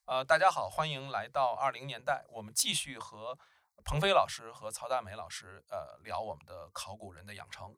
大家好，欢迎来到20年代，我们继续和彭飞老师和曹大美老师聊我们的考古人的养成。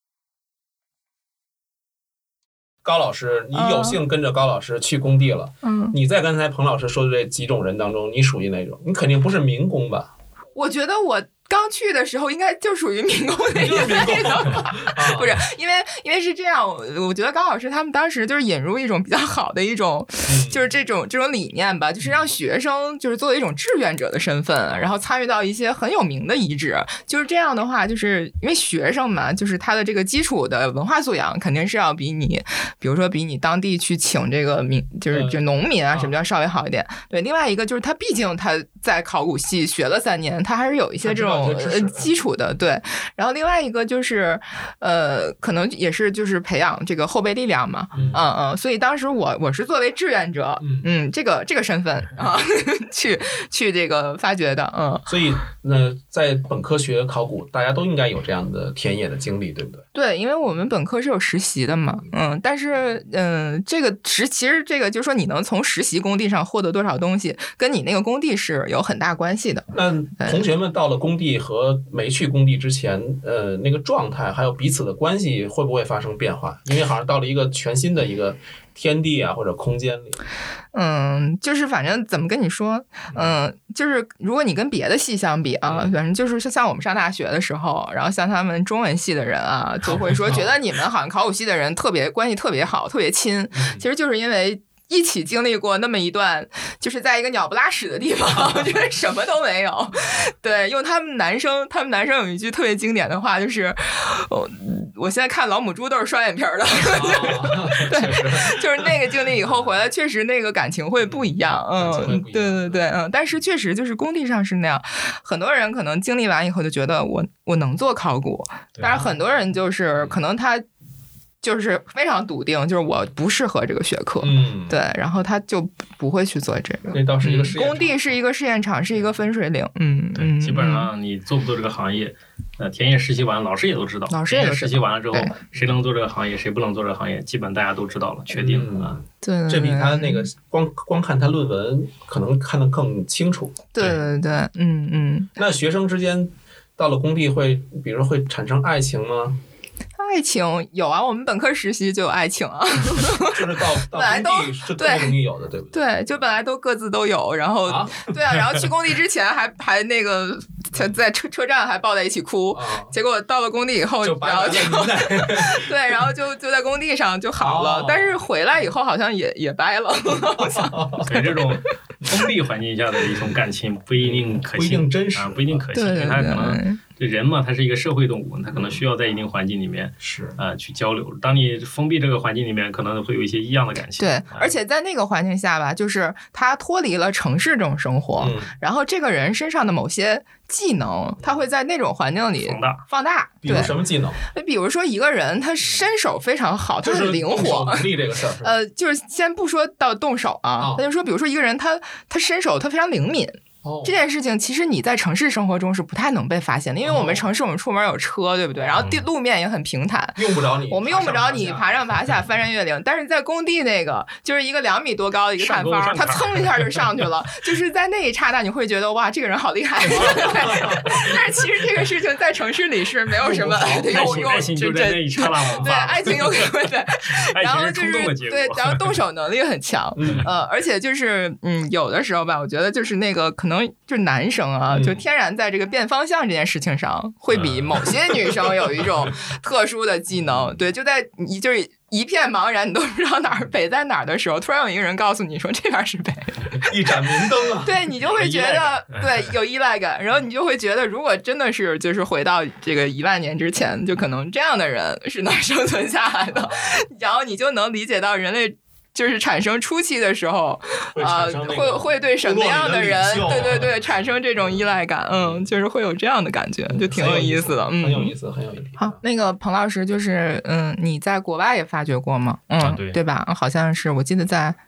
高老师，你有幸跟着高老师去工地了。你在刚才彭老师说的这几种人当中，你属于哪种？你肯定不是民工吧？ 我觉得我刚去的时候应该就属于民工那一类的吧，不是，因为是这样，我觉得高老师他们当时就是引入一种比较好的一种，就是这种理念吧，就是让学生就是作为一种志愿者的身份，然后参与到一些很有名的遗址，就是这样的话，就是因为学生嘛，就是他的这个基础的文化素养肯定是要比你，比如说比你当地去请这个就是农民啊什么要稍微好一点。对，另外一个就是他毕竟他在考古系学了3年，他还是有一些这种基础的，对。然后另外一个就是可能也是就是培养这个后备力量嘛，所以当时我是作为志愿者，这个身份啊去这个发掘的， 所以在本科学考古，大家都应该有这样的田野的经历，对不对？ 对，因为我们本科是有实习的嘛，但是这个其实这个就是说你能从实习工地上获得多少东西，跟你那个工地是有很大关系的。 那同学们到了工地和没去工地之前，那个状态还有彼此的关系会不会发生变化？因为好像到了一个全新的一个天地啊或者空间里。 就是反正怎么跟你说，就是如果你跟别的系相比啊，反正就是像我们上大学的时候，然后像他们中文系的人啊，就会说觉得你们好像考古系的人关系特别好，特别亲，其实就是因为一起经历过那么一段，就是在一个鸟不拉屎的地方，就是什么都没有。对，用他们男生有一句特别经典的话，就是我现在看老母猪都是双眼皮的。对，就是那个经历以后回来，确实那个感情会不一样。对，但是确实就是工地上是那样，很多人可能经历完以后就觉得我能做考古，但是很多人就是可能他就是非常笃定，就是我不适合这个学科，对，然后他就不会去做这个。 那倒是一个试验场， 工地是一个试验场，是一个分水岭。 对，基本上你做不做这个行业，田野实习完，老师也都知道。田野实习完了之后，谁能做这个行业，谁不能做这个行业，基本大家都知道了，确定了。 对， 这比他那个光看他论文可能看得更清楚。 对， 那学生之间到了工地会，比如说会产生爱情吗？ 爱情有啊，我们本科实习就有爱情啊， 就是到工地是特别容易有的，对不对？ 对，就本来都各自都有，然后对啊，然后去工地之前还那个在车站还抱在一起哭，结果到了工地以后，然后就对，然后就在工地上就好了，但是回来以后好像也掰了，好像。 所以这种封闭环境下的一种感情不一定可信， 不一定真实不一定可信，因为他可能。这人嘛，他是一个社会动物，他可能需要在一定环境里面去交流。当你封闭这个环境里面，可能会有一些异样的感情。 对，而且在那个环境下吧，就是他脱离了城市这种生活，然后这个人身上的某些技能，他会在那种环境里放大。 比如什么技能？ 比如说一个人他身手非常好，他很灵活。 能力这个事儿。 就是先不说到动手啊，他就说，比如说一个人他身手他非常灵敏。这件事情其实你在城市生活中是不太能被发现的，因为我们城市我们出门有车，对不对？然后路面也很平坦， 用不着你， 我们用不着你爬上爬下翻山越岭。但是在工地那个就是一个2米多高的一个探方，他蹭一下就上去了，就是在那一刹那你会觉得哇，这个人好厉害。但是其实这个事情在城市里是没有什么用， 爱情就在那一刹那萌发。 对，爱情有可能，然后就是对，然后动手能力很强，而且就是有的时候吧，我觉得就是那个可能就是男生啊，就天然在这个变方向这件事情上，会比某些女生有一种特殊的技能。对，就在你就是一片茫然，你都不知道哪儿北在哪儿的时候，突然有一个人告诉你说这边是北， 一盏明灯啊！ 对，你就会觉得对有依赖感，然后你就会觉得，如果真的是就是回到这个1万年之前，就可能这样的人是能生存下来的，然后你就能理解到人类。就是产生初期的时候，会对什么样的人，对，产生这种依赖感，就是会有这样的感觉，就挺有意思的， 很有意思。 好，那个彭老师，就是你在国外也发掘过吗？对吧？好像是我记得在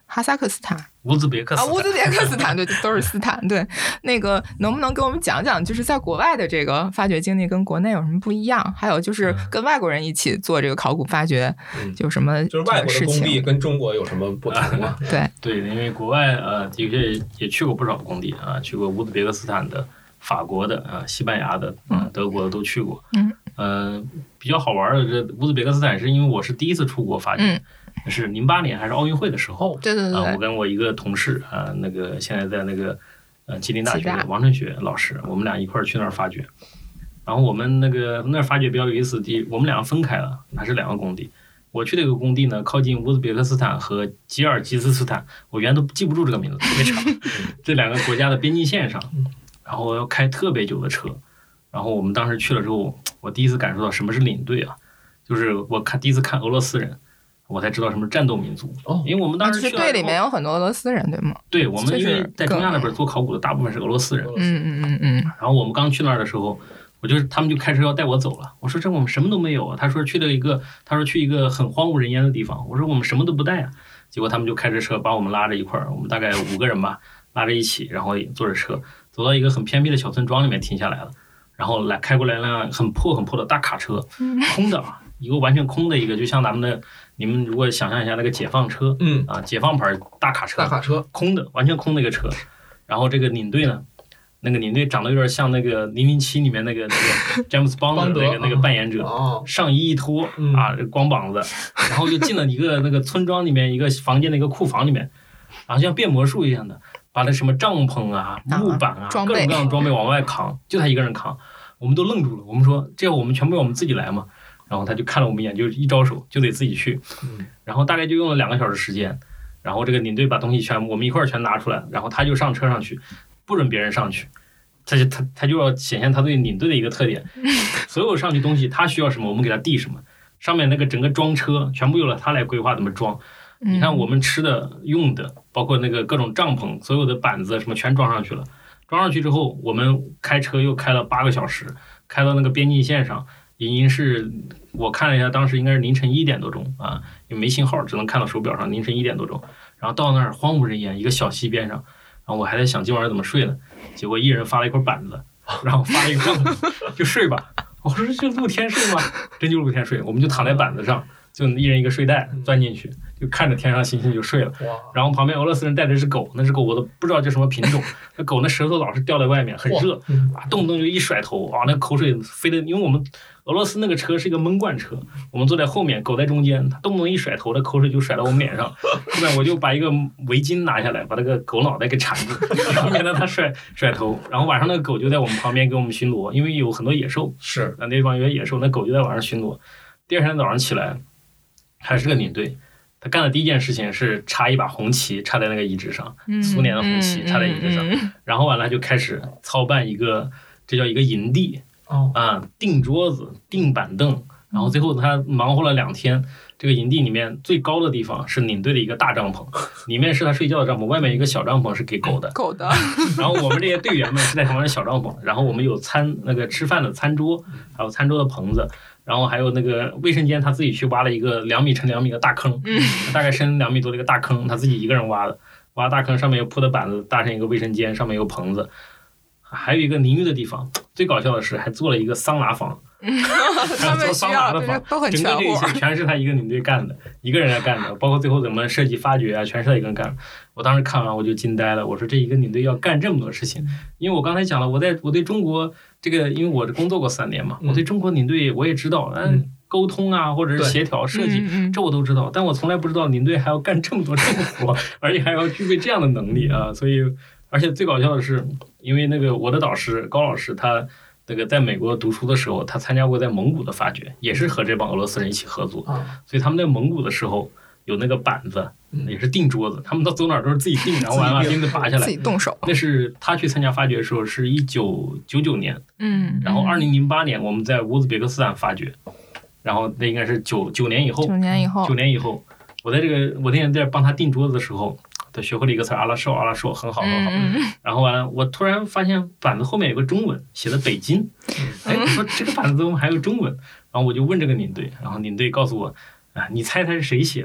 哈萨克斯坦、 乌兹别克斯坦，对，都是斯坦。对，那个能不能给我们讲讲，就是在国外的这个发掘经历跟国内有什么不一样？还有就是跟外国人一起做这个考古发掘，有什么就是外国的工地跟中国有什么不同吗？ 对， 因为国外的确也去过不少工地啊，去过乌兹别克斯坦的、法国的西班牙的德国的都去过。比较好玩的这乌兹别克斯坦是因为我是第一次出国发掘。是08年还是奥运会的时候， 对， 我跟我一个同事那个现在在那个吉林大学的王晨雪老师，我们俩一块儿去那儿发掘。然后我们那儿发掘比较有意思的，我们两个分开了，那是2个工地。我去这个工地呢，靠近乌兹别克斯坦和吉尔吉斯斯坦，我原来都记不住这个名字，特别长。这2个国家的边境线上，然后要开特别久的车。然后我们当时去了之后，我第一次感受到什么是领队啊，就是我第一次看俄罗斯人。我才知道什么战斗民族，因为我们当时去队里面有很多俄罗斯人，对吗？ 对，我们因为在中亚那边做考古的大部分是俄罗斯人。然后我们刚去那儿的时候，他们就开车要带我走了。我说这我们什么都没有啊。他说去一个很荒无人烟的地方。我说我们什么都不带啊。结果他们就开着车把我们拉着一块儿，我们大概5个人吧，拉着一起，然后坐着车走到一个很偏僻的小村庄里面停下来了。然后开过来一辆很破的大卡车，空的，一个完全空的一个，就像你们如果想象一下那个解放车，解放牌大卡车，空的，完全空的一个车。然后这个领队呢，那个领队长得有点像那个007里面那个詹姆斯邦德那个扮演者，上衣一脱光膀子，然后就进了一个那个村庄里面一个房间的一个库房里面，然后像变魔术一样的把那什么帐篷啊、木板啊、各种各样的装备往外扛，就他一个人扛，我们都愣住了。我们说这样我们全部要我们自己来嘛？然后他就看了我们一眼，就一招手就得自己去。然后大概就用了2个小时时间，然后这个领队把东西我们一块儿全拿出来，然后他就上车上去，不准别人上去。他就要显现他对领队的一个特点，所有上去东西他需要什么我们给他递什么，上面那个整个装车全部由了他来规划怎么装。你看我们吃的用的包括那个各种帐篷所有的板子什么全装上去了，装上去之后我们开车又开了8个小时，开到那个边境线上，已经是我看了一下当时应该是凌晨1点多钟啊，因为没信号只能看到手表上凌晨1点多钟。然后到那儿荒无人烟，一个小溪边上，然后我还在想今晚怎么睡呢，结果一人发了一块板子，然后发了一个帐篷就睡吧。我说这露天睡吗？真就露天睡，我们就躺在板子上，就一人一个睡袋钻进去，就看着天上星星就睡了。然后旁边俄罗斯人带着只狗，那只狗我都不知道叫什么品种，那狗那舌头老是掉在外面，很热啊，动不动就一甩头啊，那口水飞的，因为我们俄罗斯那个车是一个闷罐车，我们坐在后面，狗在中间，它动不动一甩头，那口水就甩到我们脸上。后面我就把一个围巾拿下来，把那个狗脑袋给缠住，免得它甩头。然后晚上那个狗就在我们旁边给我们巡逻，因为有很多野兽， 是那地方有野兽，那狗就在晚上巡逻。第二天早上起来，还是个领队，他干的第一件事情是插一把红旗插在那个遗址上，苏联的红旗插在遗址上，然后完了就开始操办这叫一个营地。订桌子订板凳，然后最后他忙活了2天。这个营地里面最高的地方是领队的一个大帐篷，里面是他睡觉的帐篷，外面一个小帐篷是给狗的。然后我们这些队员们是在旁边的小帐篷，然后我们有那个吃饭的餐桌，还有餐桌的棚子，然后还有那个卫生间，他自己去挖了一个2米乘2米的大坑，大概深2米多的一个大坑，他自己一个人挖的。挖大坑上面有铺的板子搭成一个卫生间，上面有棚子，还有一个淋浴的地方。最搞笑的是还做了一个桑拿房， 他们需要的都很全乎， 整个这一切全是他一个领队干的，一个人来干的，包括最后怎么设计发掘啊，全是他一个人干的。我当时看完我就惊呆了，我说这一个领队要干这么多事情。因为我刚才讲了，我对中国这个，因为我工作过3年嘛，我对中国领队我也知道，沟通啊，或者是协调设计，这我都知道，但我从来不知道领队还要干这么多活，而且还要具备这样的能力啊！所以，而且最搞笑的是，因为那个我的导师高老师，他那个在美国读书的时候，他参加过在蒙古的发掘，也是和这帮俄罗斯人一起合作，所以他们在蒙古的时候有那个板子，也是订桌子，他们到走哪儿都是自己订，然后完了钉子拔下来， 自己动手。 那是他去参加发掘的时候是1999年，然后2008年我们在乌兹别克斯坦发掘。然后那应该是9年以后，9年以后，我那天在帮他订桌子的时候，他学会了一个词阿拉寿，很好。然后完了，我突然发现板子后面有个中文写的北京，我说这个板子怎么还有中文？然后我就问这个领队，然后领队告诉我，你猜他是谁写的？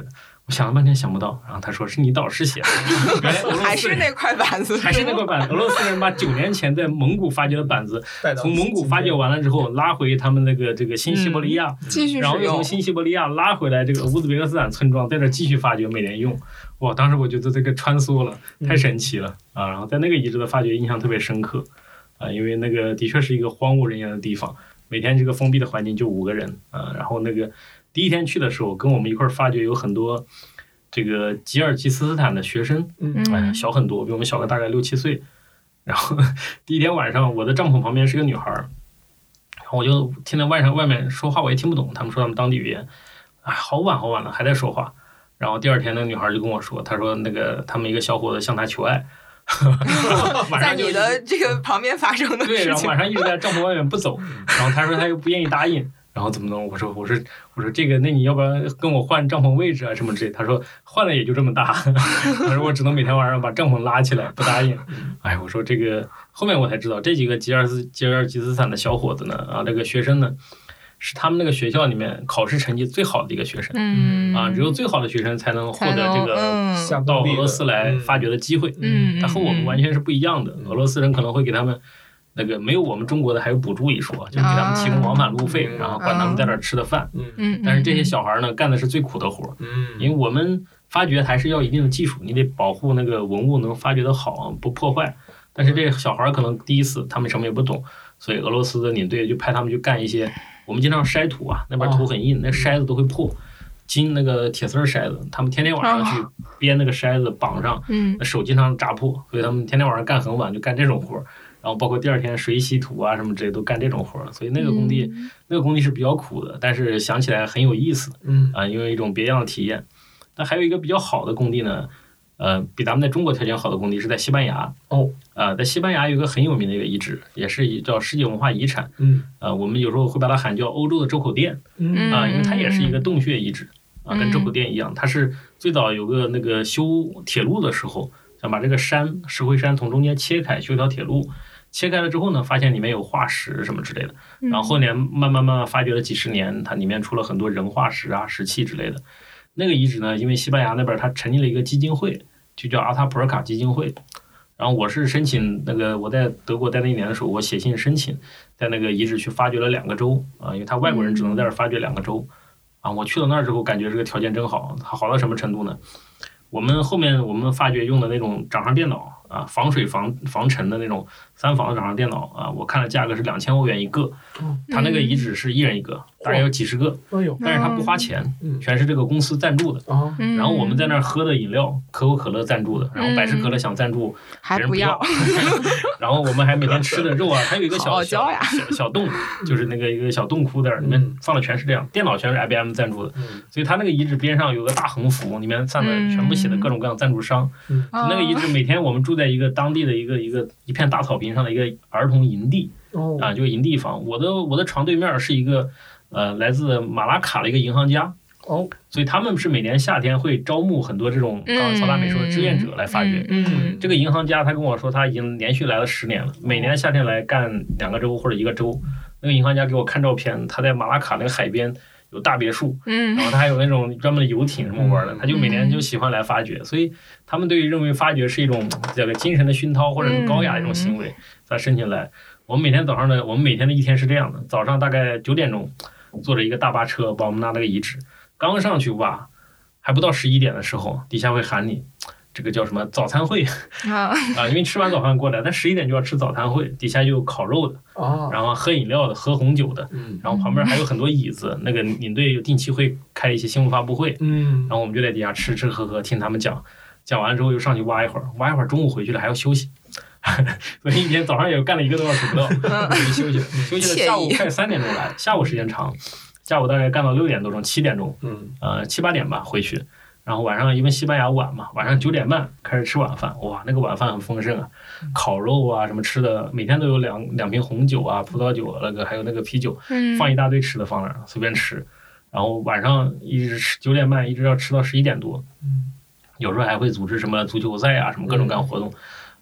我想了半天想不到，然后他说是你导师写的， 还是那块板子， 还是那块板子。俄罗斯人把9年前在蒙古发掘的板子，从蒙古发掘完了之后拉回他们这个新西伯利亚， 继续使用， 然后又从新西伯利亚拉回来这个乌兹别克斯坦村庄，在这继续发掘，每年用。哇，当时我觉得这个穿梭了，太神奇了啊！然后在那个遗址的发掘印象特别深刻啊，因为那个的确是一个荒无人烟的地方，每天这个封闭的环境就5个人啊，然后那个。第一天去的时候，跟我们一块儿发掘有很多这个吉尔吉斯斯坦的学生，小很多，比我们小个大概6、7岁。然后第一天晚上，我的帐篷旁边是个女孩，然后我就听到外面说话，我也听不懂，他们说他们当地语言，好晚了还在说话。然后第二天那个女孩就跟我说，她说那个他们一个小伙子向她求爱。 在你的这个旁边发生的事情， 对，然后晚上一直在帐篷外面不走，然后她说她又不愿意答应。然后怎么弄？我说这个，那你要不然跟我换帐篷位置啊什么之类？他说换了也就这么大，他说我只能每天晚上把帐篷拉起来，不答应。哎，我说这个后面我才知道，这几个吉尔吉斯斯坦的小伙子呢，这个学生呢，是他们那个学校里面考试成绩最好的一个学生，只有最好的学生才能获得这个到俄罗斯来发掘的机会，他和我们完全是不一样的。俄罗斯人可能会给他们。那个没有我们中国的还有补助一说，就给他们提供往返路费，然后管他们在那儿吃的饭。但是这些小孩呢，干的是最苦的活。因为我们发掘还是要一定的技术，你得保护那个文物能发掘的好，不破坏。但是这小孩可能第一次，他们什么也不懂，所以俄罗斯的领队就派他们去干一些。我们经常筛土啊，那边土很硬，那筛子都会破。那个铁丝筛子，他们天天晚上去编那个筛子绑上，那手经常扎破，所以他们天天晚上干很晚，就干这种活。然后包括第二天水洗土啊什么之类都干这种活，所以那个工地是比较苦的，但是想起来很有意思，因为一种别样的体验。那还有一个比较好的工地呢，比咱们在中国条件好的工地是在西班牙。在西班牙有一个很有名的一个遗址，也是叫世界文化遗产。我们有时候会把它喊叫欧洲的周口店，因为它也是一个洞穴遗址跟周口店一样，它是最早有个那个修铁路的时候，想把这个石灰山从中间切开，修一条铁路。切开了之后呢，发现里面有化石什么之类的，然后后年慢慢发掘了几十年，它里面出了很多人化石啊、石器之类的。那个遗址呢，因为西班牙那边它成立了一个基金会，就叫阿塔普尔卡基金会。然后我是申请那个我在德国待了1年的时候，我写信申请在那个遗址去发掘了2个州因为他外国人只能在这儿发掘2个州我去了那儿之后，感觉这个条件真好，它好到什么程度呢？我们发掘用的那种掌上电脑防水防尘的那种3防的掌上电脑我看了价格是2000欧元一个，它那个遗址是1人1个，大概有几十个，但是它不花钱，全是这个公司赞助的。然后我们在那儿喝的饮料，可口可乐赞助的，然后百事可乐想赞助， 还不要。 然后我们还每天吃的肉还有一个小洞，就是那个一个小洞窟里面放的全是这样，电脑全是 IBM 赞助的，所以它那个遗址边上有个大横幅，里面上面全部写的各种各样赞助商。那个遗址每天我们住在一个当地的一片大草坪上的一个儿童营地就营地房。我的床对面是一个来自马拉卡的一个银行家所以他们是每年夏天会招募很多这种刚刚曹大美说的志愿者来发掘。这个银行家他跟我说他已经连续来了10年了，每年夏天来干2个州或者1个州。那个银行家给我看照片，他在马拉卡那个海边有大别墅，然后他还有那种专门的游艇什么玩的，他就每年就喜欢来发掘，所以他们认为发掘是一种这个精神的熏陶或者是高雅的一种行为，他申请来。我们每天的一天是这样的，早上大概9点钟，坐着一个大巴车把我们拿那个遗址，刚上去挖，还不到11点的时候，底下会喊你。这个叫什么早餐会因为吃完早饭过来，但11点就要吃早餐会，底下就有烤肉的然后喝饮料的，喝红酒的，然后旁边还有很多椅子，那个领队有定期会开一些新闻发布会，然后我们就在底下吃吃喝喝，听他们讲完之后又上去挖一会儿，中午回去了还要休息所以一天早上也干了1个多小时不到休息了，下午快3点钟来，下午时间长，下午大概干到6点多钟7点钟7、8点吧回去。然后晚上因为西班牙晚嘛，晚上9点半开始吃晚饭，哇，那个晚饭很丰盛烤肉什么吃的，每天都有两瓶红酒葡萄酒还有那个啤酒，放一大堆吃的放那儿随便吃，然后晚上一直吃9点半一直要吃到11点多，有时候还会组织什么足球赛什么各种各样活动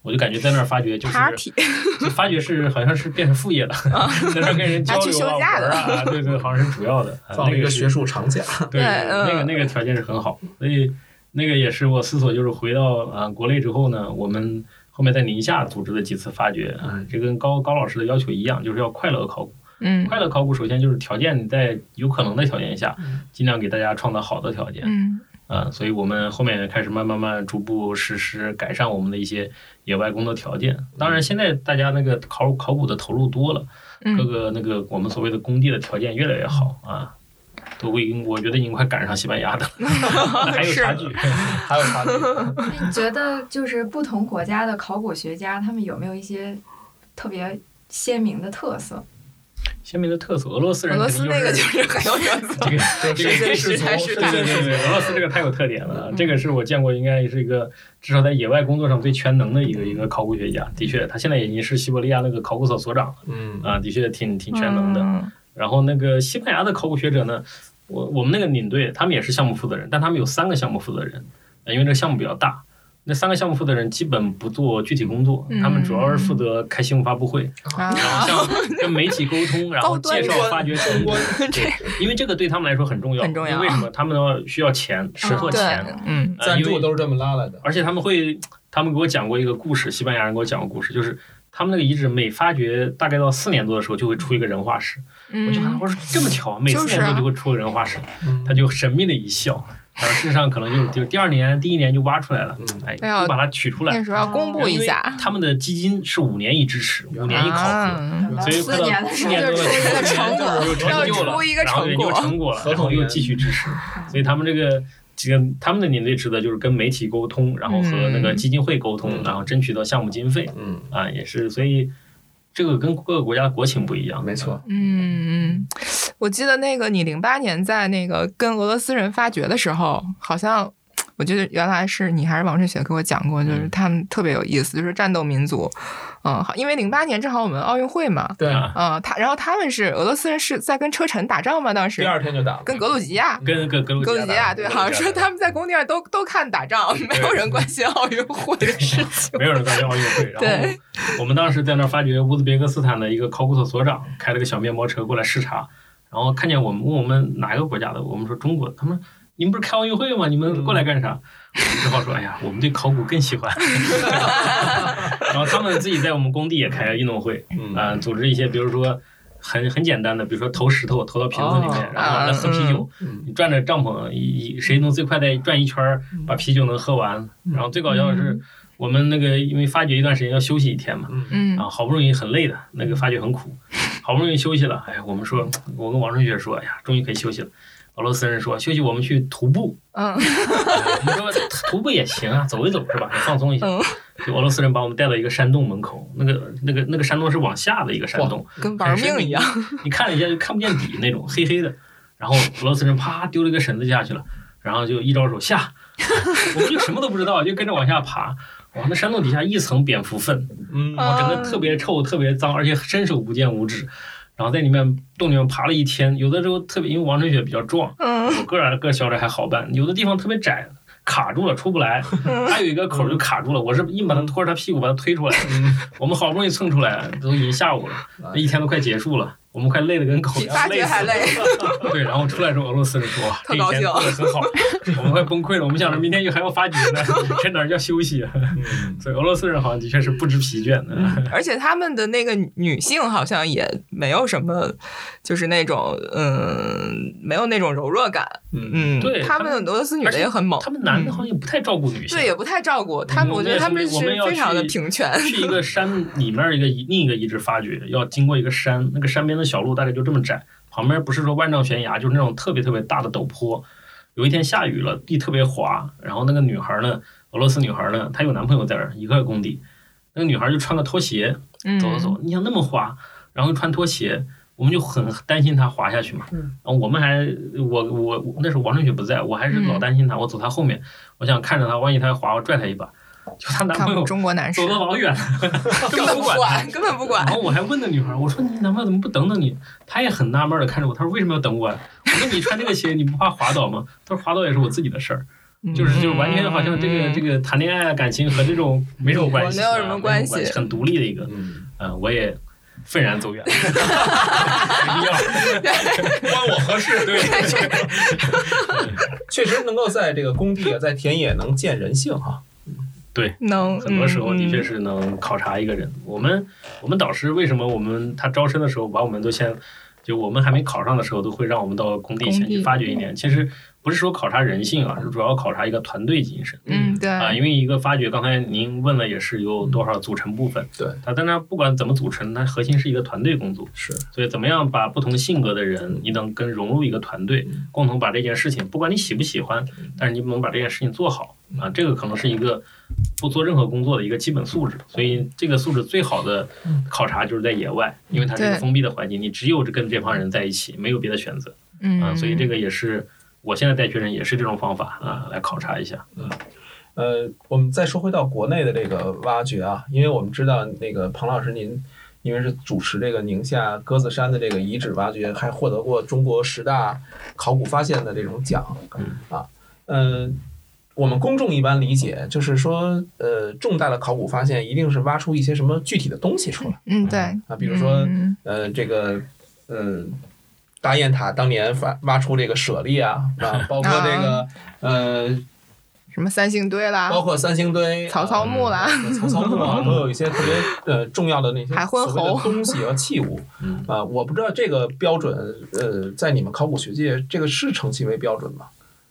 我就感觉在那儿发掘就是发掘是好像是变成副业了，在那儿跟人交流啊玩啊，对对，好像是主要的， 造了一个学术长假。 对，那个条件是很好，所以那个也是我思索，就是回到国内之后呢，我们后面在宁夏组织的几次发掘这跟高老师的要求一样，就是要快乐考古。快乐考古首先就是条件在有可能的条件下，尽量给大家创造好的条件。所以我们后面开始慢慢逐步实施改善我们的一些野外工作条件。当然，现在大家那个考古的投入多了，各个那个我们所谓的工地的条件越来越好啊。我觉得已经快赶上西班牙的了，还有差距， 还有差距。 你觉得就是不同国家的考古学家，他们有没有一些特别鲜明的特色？ 鲜明的特色，俄罗斯人那个就是很有特色， 这个是对，俄罗斯这个太有特点了。这个是我见过，应该是一个至少在野外工作上最全能的一个考古学家。的确，他现在已经是西伯利亚那个考古所所长了。的确挺全能的。然后那个西班牙的考古学者呢，我们那个领队他们也是项目负责人，但他们有3个项目负责人，因为这个项目比较大。那3个项目负责人基本不做具体工作，他们主要是负责开新闻发布会，然后像跟媒体沟通，然后介绍发掘成果。因为这个对他们来说很重要。为什么？他们需要钱，时和钱。 赞助都是这么拉来的。 而且他们给我讲过一个故事，西班牙人给我讲过故事，就是他们那个遗址每发掘大概到4年多的时候就会出一个人化石。我就看我说这么巧，每4年多就会出个人化石，他就神秘的一笑。然后事实上可能就第2年、第1年就挖出来了，就把它取出来。 那时候要公布一下， 他们的基金是5年一支持，5年一考核，所以快到4年多了，有成就了，然后有成果了，然后又继续支持。所以他们这个他们的领队职责就是跟媒体沟通，然后和那个基金会沟通，然后争取到项目经费。也是，所以这个跟各个国家的国情不一样。 没错。 我记得那个你08年在那个跟俄罗斯人发掘的时候，好像我觉得原来是你还是王振雪给我讲过，就是他们特别有意思，就是战斗民族。因为08年正好我们奥运会嘛。 对。 然后他们是俄罗斯人是在跟车臣打仗嘛，当时。 第2天就打。 跟格鲁吉亚。 跟格鲁吉亚，对，好像说他们在工地上都看打仗，没有人关心奥运会的事情。 没有人关心奥运会。然后我们当时在那儿发掘乌兹别克斯坦的一个考古所所长开了个小面包车过来视察。然后看见我们，问我们哪个国家的，我们说中国的。他们你们不是开奥运会吗？你们过来干啥？我们只好说，哎呀，我们对考古更喜欢。然后他们自己在我们工地也开运动会，组织一些，比如说很简单的，比如说投石头投到瓶子里面，然后来喝啤酒。你转着帐篷，谁能最快再转一圈，把啤酒能喝完。然后最搞笑的是，我们那个因为发掘一段时间要休息1天嘛，然后好不容易很累的，那个发掘很苦。好不容易休息了，我跟王春雪说，哎呀，终于可以休息了。俄罗斯人说休息，我们去徒步。我们说徒步也行啊，走一走是吧？放松一下。就俄罗斯人把我们带到一个山洞门口，那个山洞是往下的一个山洞， 跟玩命一样。 你看了一下就看不见底那种，黑黑的。然后俄罗斯人啪丢了一个绳子下去了，然后就一招手下，我们就什么都不知道，就跟着往下爬。哇，那山洞底下一层蝙蝠粪，整个特别臭、特别脏，而且伸手不见五指。然后在洞里面爬了1天，有的时候特别，因为王春雪比较壮，我个小点还好办，有的地方特别窄，卡住了出不来，还有一个口就卡住了，我是硬把他拖着他屁股把他推出来。我们好不容易蹭出来，都已经下午了，那1天都快结束了。我们快累得跟狗一样， 累还累。 对，然后出来之后，俄罗斯人说：“这一天过得很好。”我们快崩溃了。我们想着明天还要发掘呢，这哪叫休息啊？所以俄罗斯人好像的确是不知疲倦的。 而且他们的那个女性好像也没有什么，就是那种没有那种柔弱感。 对， 他们俄罗斯女的也很猛。 他们男的好像也不太照顾女性。 对，也不太照顾他们。我觉得他们是非常的平权。 去一个山里面另一个遗址发掘，要经过一个山，那个山边的小路大概就这么窄，旁边不是说万丈悬崖，就是那种特别特别大的陡坡。有一天下雨了，地特别滑，然后那个女孩呢，俄罗斯女孩呢，她有男朋友在这儿，一个工地，那个女孩就穿个拖鞋走，你想那么滑，然后穿拖鞋，我们就很担心她滑下去嘛。然后我们我那时候王春雪不在，我还是老担心她，我走她后面，我想看着她，万一她滑，我拽她一把。就她男朋友中国男士走得老远了， 根本不管。 然后我还问那女孩，我说你男朋友怎么不等等你？她也很纳闷的看着我，她说为什么要等我？我说你穿这个鞋你不怕滑倒吗？她说滑倒也是我自己的事儿。 就是完全好像这个谈恋爱感情和这种没什么关系， 没有什么关系， 很独立的一个。我也愤然走远了，没必要， 关我何事？对，确实能够在这个工地在田野能见人性哈。 对，很多时候的确是能考察一个人。我们导师为什么他招生的时候把我们都先，就我们还没考上的时候，都会让我们到工地前去发掘一点。其实不是说考察人性啊，是主要考察一个团队精神。 对啊，因为一个发掘，刚才您问了也是有多少组成部分。 对， 当然不管怎么组成，它核心是一个团队工作。 是， 所以怎么样把不同性格的人，你能跟融入一个团队，共同把这件事情，不管你喜不喜欢，但是你能把这件事情做好啊，这个可能是一个不做任何工作的一个基本素质。所以这个素质最好的考察就是在野外，因为它是一个封闭的环境，你只有跟这帮人在一起，没有别的选择。所以这个也是我现在带学生也是这种方法啊，来考察一下。 我们再说回到国内的这个挖掘啊，因为我们知道那个彭老师您因为是主持这个宁夏鸽子山的这个遗址挖掘，还获得过中国10大考古发现的这种奖啊。我们公众一般理解就是说，重大的考古发现一定是挖出一些什么具体的东西出来。 对啊，比如说这个大雁塔当年挖出这个舍利啊，包括这个什么三星堆啦， 包括三星堆、 曹操墓啦， 曹操墓啊，都有一些特别重要的那些海昏侯东西和器物我不知道这个标准在你们考古学界这个是称其为标准吗？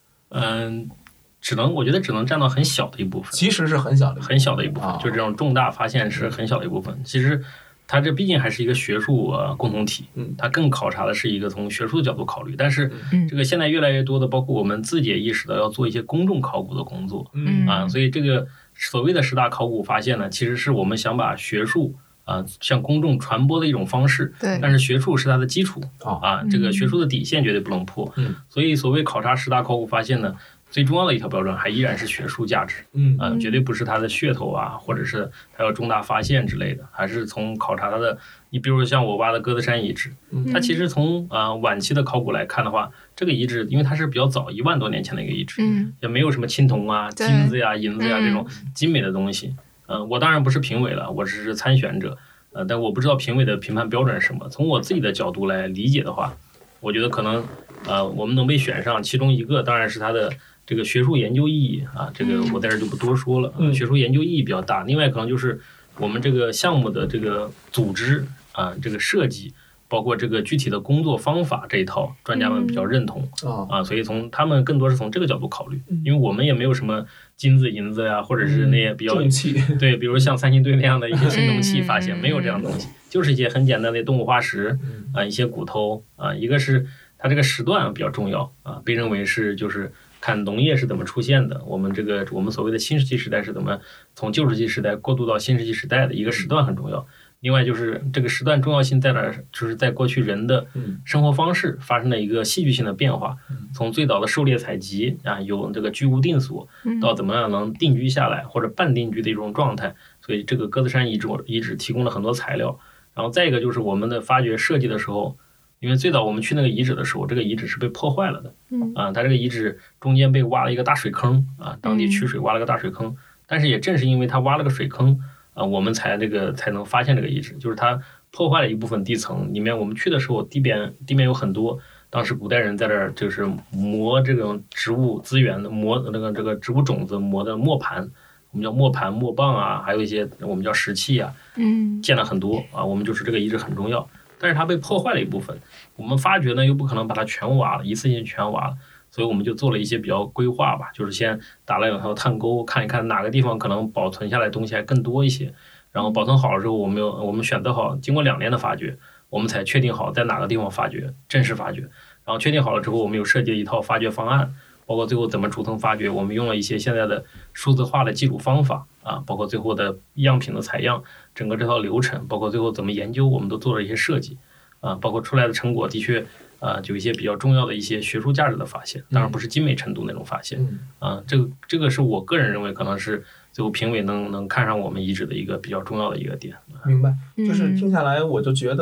我觉得只能占到很小的一部分， 其实是很小的一部分，就这种重大发现是很小的一部分。其实它这毕竟还是一个学术共同体，它更考察的是一个从学术的角度考虑。但是这个现在越来越多的，包括我们自己也意识到要做一些公众考古的工作，所以这个所谓的10大考古发现呢，其实是我们想把学术向公众传播的一种方式。 对， 但是学术是它的基础这个学术的底线绝对不能破。所以所谓考察10大考古发现呢，最重要的一条标准还依然是学术价值，绝对不是它的噱头啊，或者是它有重大发现之类的，还是从考察它的。你比如像我挖的鸽子山遗址，它其实从晚期的考古来看的话，这个遗址因为它是比较早1万多年前的一个遗址，也没有什么青铜啊、金子呀、银子呀这种精美的东西。我当然不是评委了，我只是参选者，但我不知道评委的评判标准是什么。从我自己的角度来理解的话，我觉得可能我们能被选上，其中一个当然是它的这个学术研究意义这个我在这就不多说了，学术研究意义比较大。另外可能就是我们这个项目的这个组织这个设计，包括这个具体的工作方法这一套，专家们比较认同所以从他们更多是从这个角度考虑，因为我们也没有什么金子银子呀，或者是那些比较重器， 对，比如像三星堆那样的一些青铜器发现，没有这样的东西，就是一些很简单的动物化石一些骨头一个是它这个时段比较重要被认为是就是看农业是怎么出现的，我们所谓的新石器时代是怎么从旧石器时代过渡到新石器时代的一个时段很重要。另外就是这个时段重要性在哪儿？就是在过去人的生活方式发生了一个戏剧性的变化，从最早的狩猎采集有这个居无定所，到怎么样能定居下来或者半定居的一种状态。所以这个鸽子山遗址提供了很多材料。然后再一个就是我们的发掘设计的时候，因为最早我们去那个遗址的时候，这个遗址是被破坏了的，它这个遗址中间被挖了一个大水坑当地取水挖了个大水坑，但是也正是因为它挖了个水坑我们才能发现这个遗址，就是它破坏了一部分地层，里面我们去的时候地面有很多，当时古代人在这儿就是磨这种植物资源的磨这个植物种子磨的磨盘，我们叫磨盘磨棒还有一些我们叫石器建了很多我们就是这个遗址很重要，但是它被破坏了一部分，我们发掘呢又不可能把它全挖了，一次性全挖了，所以我们就做了一些比较规划吧，就是先打了2条探沟，看一看哪个地方可能保存下来的东西还更多一些，然后保存好了之后，我们选择好，经过2年的发掘，我们才确定好在哪个地方发掘，正式发掘。然后确定好了之后，我们有设计了一套发掘方案，包括最后怎么主层发掘，我们用了一些现在的数字化的记录方法包括最后的样品的采样，整个这套流程，包括最后怎么研究，我们都做了一些设计包括出来的成果的确就一些比较重要的一些学术价值的发现，当然不是精美程度那种发现这个是我个人认为可能是最后评委能看上我们遗址的一个比较重要的一个点。 明白，就是听下来我就觉得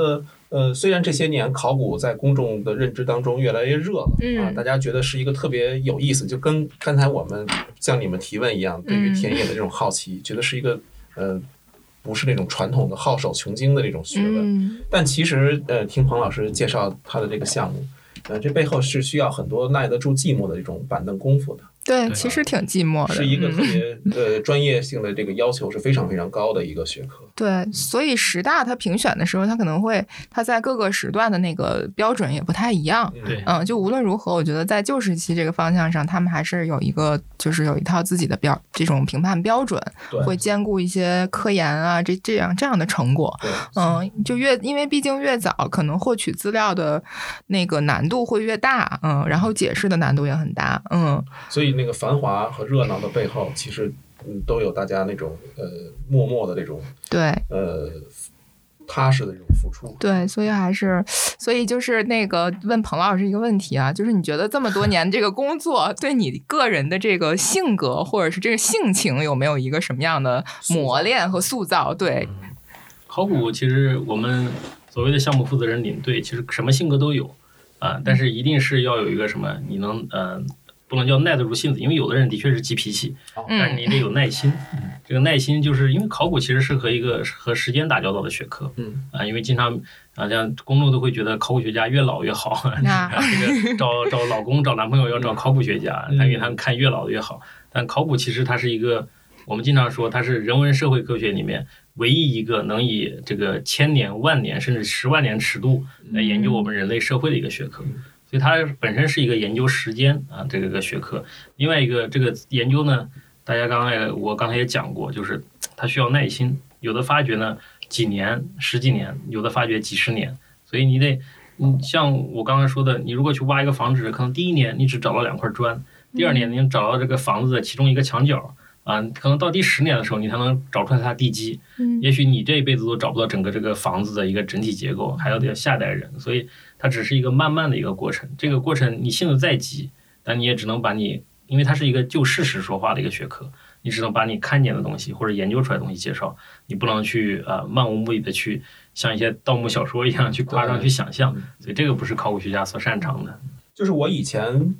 虽然这些年考古在公众的认知当中越来越热了大家觉得是一个特别有意思，就跟刚才我们向你们提问一样，对于田野的这种好奇，觉得是一个不是那种传统的好手穷经的这种学问。但其实听彭老师介绍他的这个项目，这背后是需要很多耐得住寂寞的这种板凳功夫的。 对，其实挺寂寞的， 是一个特别专业性的这个要求是非常非常高的一个学科。 对，所以十大它评选的时候，它可能会它在各个时段的那个标准也不太一样。 对， 就无论如何，我觉得在旧时期这个方向上，他们还是有一个就是有一套自己的这种评判标准，会兼顾一些科研啊这样的成果。就因为毕竟越早，可能获取资料的那个难度会越大，然后解释的难度也很大， 所以那个繁华和热闹的背后，其实都有大家那种默默的这种对踏实的这种付出。 对，所以就是那个问彭老师一个问题啊，就是你觉得这么多年这个工作对你个人的这个性格或者是这个性情有没有一个什么样的磨练和塑造？对， 考古其实我们所谓的项目负责人领队，其实什么性格都有但是一定是要有一个什么，你能不能叫耐得住性子，因为有的人的确是急脾气，但是你得有耐心。这个耐心就是因为考古其实是和时间打交道的学科，因为经常像公众都会觉得考古学家越老越好，这个找老公找男朋友要找考古学家，因为他们看越老的越好。但考古其实它是一个，我们经常说它是人文社会科学里面唯一一个能以这个1000年、万年甚至10万年尺度来研究我们人类社会的一个学科。所以它本身是一个研究时间这个学科。另外一个这个研究呢，我刚才也讲过，就是它需要耐心，有的发掘呢几年、10几年，有的发掘几十年。所以你像我刚才说的，你如果去挖一个房址，可能第一年你只找到2块砖，第2年你找到这个房子的其中一个墙角可能到第10年的时候，你才能找出来它地基。也许你这一辈子都找不到整个这个房子的一个整体结构，还要得下代人。所以它只是一个慢慢的一个过程。这个过程你性子再急，但你也只能把因为它是一个就事实说话的一个学科，你只能把你看见的东西或者研究出来的东西介绍，你不能去漫无目的的去像一些盗墓小说一样去夸张去想象。所以这个不是考古学家所擅长的。 就是我以前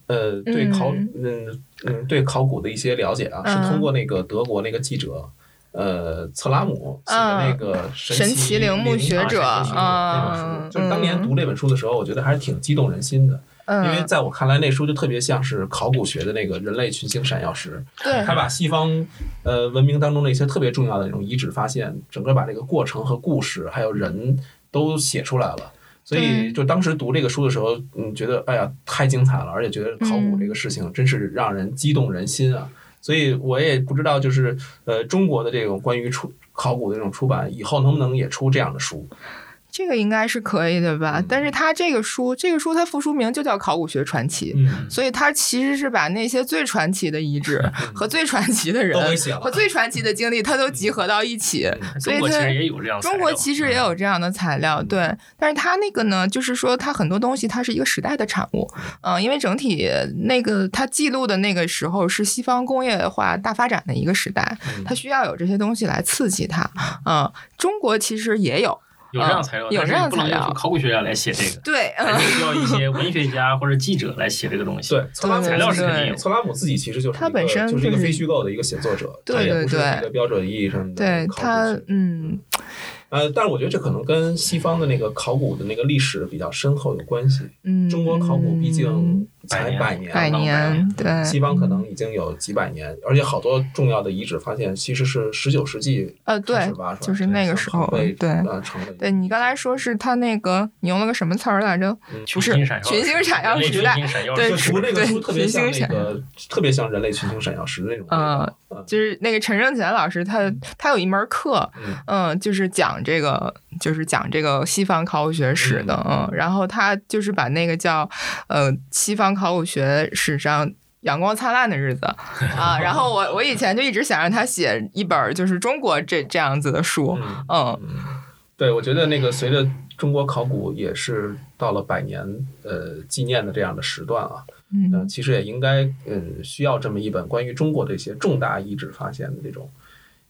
对考古的一些了解是通过那个德国那个记者策拉姆写的那个神奇陵墓学者那本书，就是当年读这本书的时候，我觉得还是挺激动人心的。因为在我看来，那书就特别像是考古学的那个人类群星闪耀时，他把西方文明当中的一些特别重要的那种遗址发现，整个把这个过程和故事还有人都写出来了。所以就当时读这个书的时候，觉得哎呀太精彩了，而且觉得考古这个事情真是让人激动人心啊。所以我也不知道，就是中国的这种关于考古的这种出版，以后能不能也出这样的书？ 这个应该是可以的吧，但是它这个书它附书名就叫《考古学传奇》，所以它其实是把那些最传奇的遗址和最传奇的人和最传奇的经历，它都集合到一起。所以中国其实也有这样， 中国其实也有这样的材料，对。但是它那个呢，就是说它很多东西它是一个时代的产物，因为整体那个它记录的那个时候是西方工业化大发展的一个时代，它需要有这些东西来刺激它。中国其实也有这样材料， 有这样不能要求考古学家来写这个， 对， 还是需要一些文学家或者记者来写这个东西。 对， 材料是肯定有。 策拉姆自己其实就是他本身就是一个非虚构的一个写作者， 对也不是一个标准意义上的对他但是我觉得这可能跟西方的那个考古的那个历史比较深厚有关系。中国考古毕竟才百年，对， 西方可能已经有几百年，而且好多重要的遗址发现其实是19世纪对，就是那个时候，对，对你刚才说是他那个，你用了个什么词儿来着？不是群星闪耀时代，对， 读那个书特别像那个，特别像人类群星闪耀时那种。 就是那个陈胜乾老师，他有一门课，就是讲这个西方考古学史的，然后他就是把那个叫西方考古学史上阳光灿烂的日子然后我以前就一直想让他写一本就是中国这样子的书， 对，我觉得那个随着中国考古也是到了100年纪念的这样的时段啊。其实也应该需要这么一本关于中国这些重大遗址发现的这种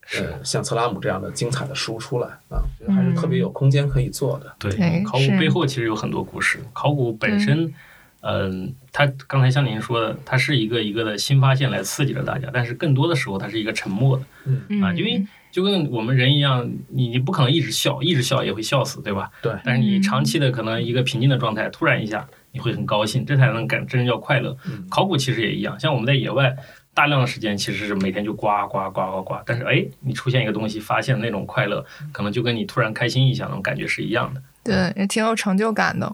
像策拉姆这样的精彩的书出来啊，觉得还是特别有空间可以做的。 对，考古背后其实有很多故事。考古本身，它刚才像您说的，它是一个一个的新发现来刺激着大家，但是更多的时候它是一个沉默的，因为就跟我们人一样，你不可能一直笑也会笑死，对吧？ 对。 但是你长期的可能一个平静的状态，突然一下你会很高兴，这才能真正叫快乐。考古其实也一样，像我们在野外大量的时间其实是每天就刮，但是你出现一个东西，发现的那种快乐，可能就跟你突然开心一下那种感觉是一样的。 对，也挺有成就感的。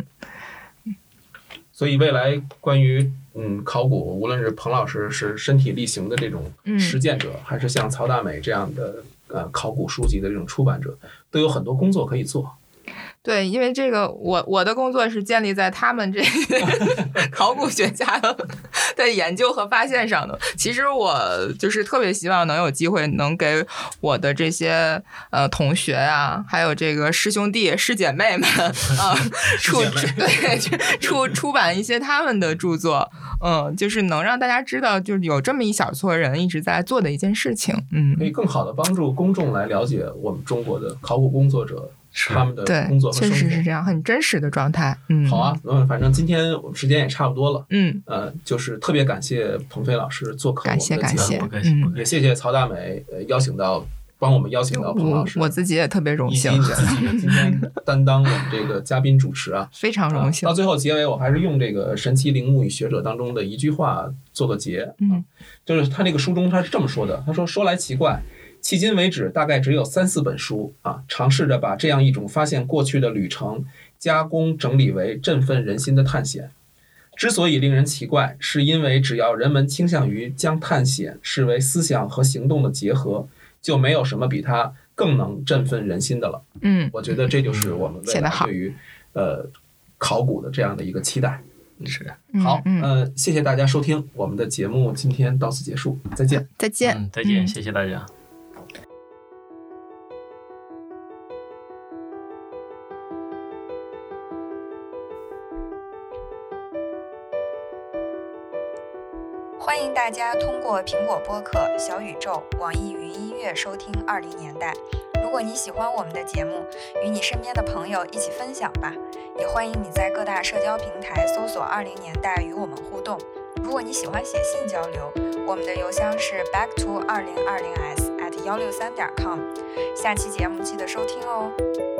所以未来关于考古，无论是彭老师是身体力行的这种实践者，还是像曹大美这样的考古书籍的这种出版者，都有很多工作可以做。 对，因为这个我的工作是建立在他们这些考古学家的研究和发现上的。其实我就是特别希望能有机会能给我的这些同学啊，还有这个师兄弟师姐妹们啊出版一些他们的著作，就是能让大家知道，就是有这么一小撮人一直在做的一件事情， 可以更好的帮助公众来了解我们中国的考古工作者。他们的工作和生活， 确实是这样，很真实的状态。 好啊，反正今天我们时间也差不多了。就是特别感谢鹏飞老师做客我们的节目， 感谢， 也谢谢曹大美帮我们邀请到彭老师， 我自己也特别荣幸， 今天担当我们这个嘉宾主持啊， 非常荣幸。 到最后结尾，我还是用这个《神奇陵墓与学者》当中的一句话做个结。就是他这个书中他是这么说的，他说来奇怪。迄今为止，大概只有3-4本书啊，尝试着把这样一种发现过去的旅程加工整理为振奋人心的探险。之所以令人奇怪，是因为只要人们倾向于将探险视为思想和行动的结合，就没有什么比它更能振奋人心的了。我觉得这就是我们未来对于考古的这样的一个期待。 是好，谢谢大家收听我们的节目，今天到此结束，再见， 再见， 再见，谢谢大家。 欢迎大家通过苹果播客、小宇宙、网易云音乐收听20年代。如果你喜欢我们的节目，与你身边的朋友一起分享吧。也欢迎你在各大社交平台搜索20年代与我们互动。如果你喜欢写信交流，我们的邮箱是 backto2020s@163.com。下期节目记得收听哦。